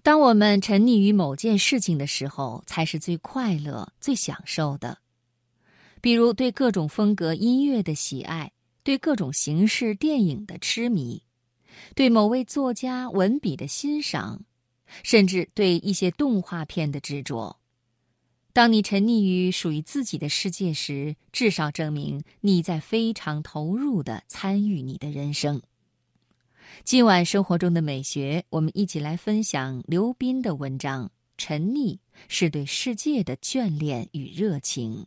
当我们沉溺于某件事情的时候，才是最快乐、最享受的。比如对各种风格音乐的喜爱，对各种形式电影的痴迷，对某位作家文笔的欣赏，甚至对一些动画片的执着。当你沉溺于属于自己的世界时，至少证明你在非常投入地参与你的人生。今晚生活中的美学，我们一起来分享刘斌的文章《沉溺是对世界的眷恋与热情》。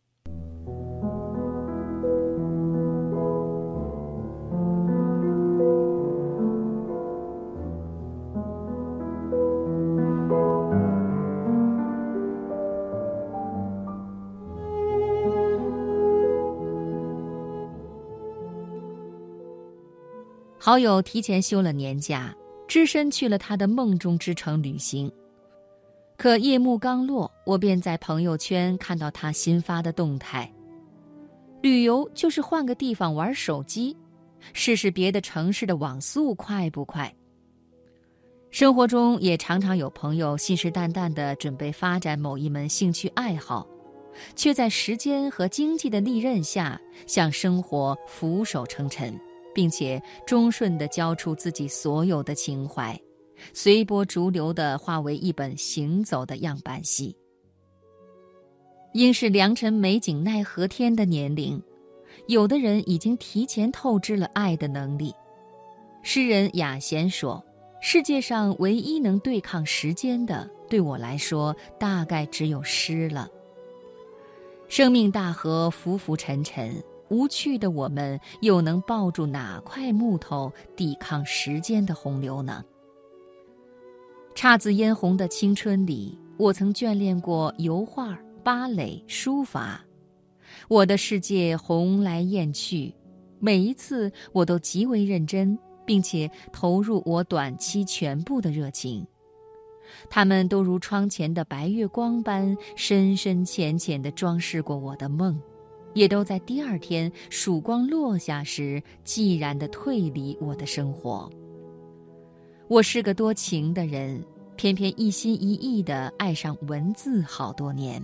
好友提前休了年假，只身去了他的梦中之城旅行。可夜幕刚落，我便在朋友圈看到他新发的动态。旅游就是换个地方玩手机，试试别的城市的网速快不快。生活中也常常有朋友信誓旦旦地准备发展某一门兴趣爱好，却在时间和经济的利刃下向生活俯首称臣，并且忠顺地交出自己所有的情怀，随波逐流地化为一本行走的样板戏。应是良辰美景奈何天的年龄，有的人已经提前透支了爱的能力。诗人雅贤说，世界上唯一能对抗时间的，对我来说大概只有诗了。生命大河浮浮沉沉，无趣的我们又能抱住哪块木头抵抗时间的洪流呢？姹紫嫣红的青春里，我曾眷恋过油画、芭蕾、书法。我的世界红来艳去，每一次我都极为认真，并且投入我短期全部的热情。它们都如窗前的白月光般深深浅浅地装饰过我的梦，也都在第二天曙光落下时寂然地退离我的生活。我是个多情的人，偏偏一心一意地爱上文字好多年。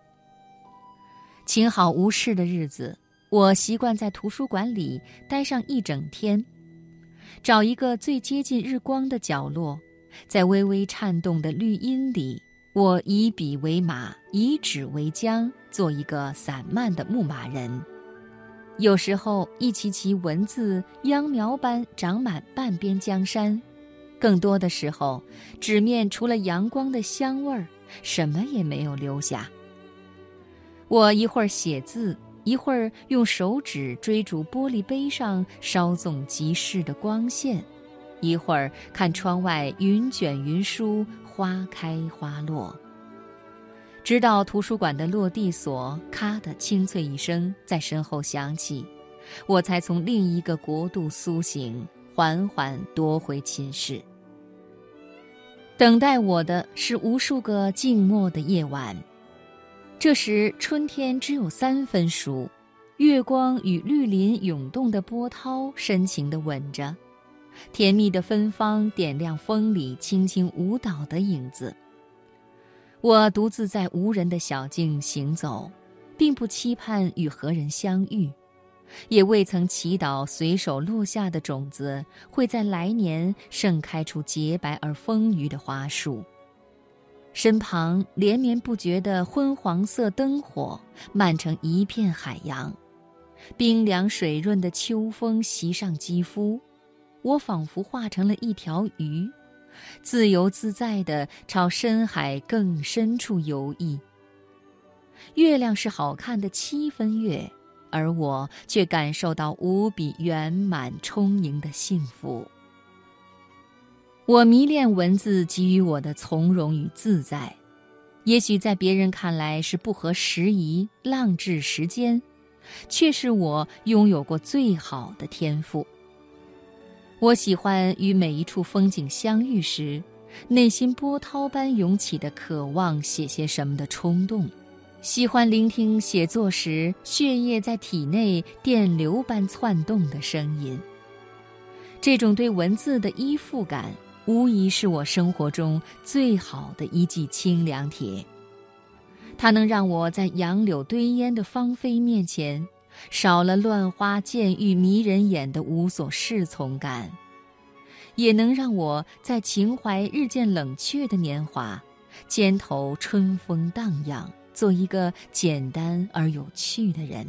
晴好无事的日子，我习惯在图书馆里待上一整天，找一个最接近日光的角落，在微微颤动的绿荫里，我以笔为马，以纸为浆，做一个散漫的牧马人。有时候一齐齐文字秧苗般长满半边江山，更多的时候，纸面除了阳光的香味儿，什么也没有留下。我一会儿写字，一会儿用手指追逐玻璃杯上稍纵即逝的光线，一会儿看窗外云卷云舒，花开花落。直到图书馆的落地锁咔的清脆一声在身后响起，我才从另一个国度苏醒，缓缓夺回寝室。等待我的是无数个静默的夜晚，这时春天只有3分熟，月光与绿林涌动的波涛深情地吻着，甜蜜的芬芳点亮风里轻轻舞蹈的影子。我独自在无人的小径行走，并不期盼与何人相遇，也未曾祈祷随手落下的种子会在来年盛开出洁白而丰腴的花束。身旁连绵不绝的昏黄色灯火漫成一片海洋，冰凉水润的秋风袭上肌肤，我仿佛化成了一条鱼，自由自在地朝深海更深处游弋。月亮是好看的7分月，而我却感受到无比圆满充盈的幸福。我迷恋文字给予我的从容与自在，也许在别人看来是不合时宜、浪掷时间，却是我拥有过最好的天赋。我喜欢与每一处风景相遇时，内心波涛般涌起的渴望写些什么的冲动，喜欢聆听写作时血液在体内电流般窜动的声音。这种对文字的依附感， 无疑是我生活中最好的一剂清凉铁。它能让我在杨柳堆烟的芳菲面前，少了乱花渐欲迷人眼的无所适从感，也能让我在情怀日渐冷却的年华，肩头春风荡漾，做一个简单而有趣的人。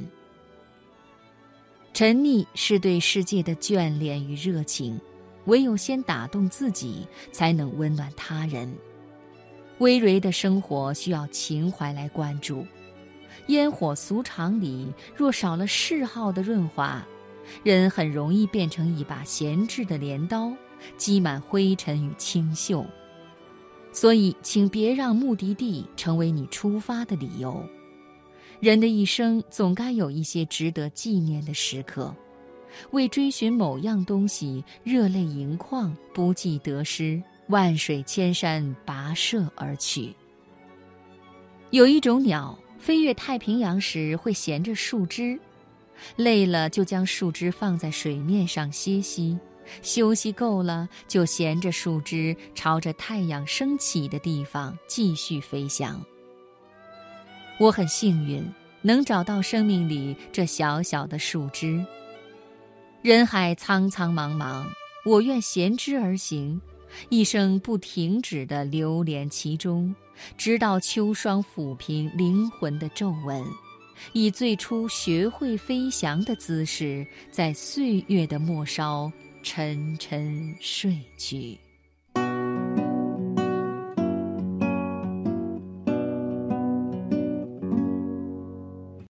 沉溺是对世界的眷恋与热情，唯有先打动自己，才能温暖他人。葳蕤的生活需要情怀来关注，烟火俗场里若少了嗜好的润滑，人很容易变成一把闲置的镰刀，积满灰尘与清锈。所以请别让目的地成为你出发的理由。人的一生总该有一些值得纪念的时刻，为追寻某样东西热泪盈眶，不计得失，万水千山跋涉而去。有一种鸟飞越太平洋时会衔着树枝，累了就将树枝放在水面上歇息，休息够了就衔着树枝朝着太阳升起的地方继续飞翔。我很幸运能找到生命里这小小的树枝。人海苍苍茫茫，我愿衔之而行，一生不停止地流连其中，直到秋霜抚平灵魂的皱纹，以最初学会飞翔的姿势，在岁月的末梢沉沉睡去。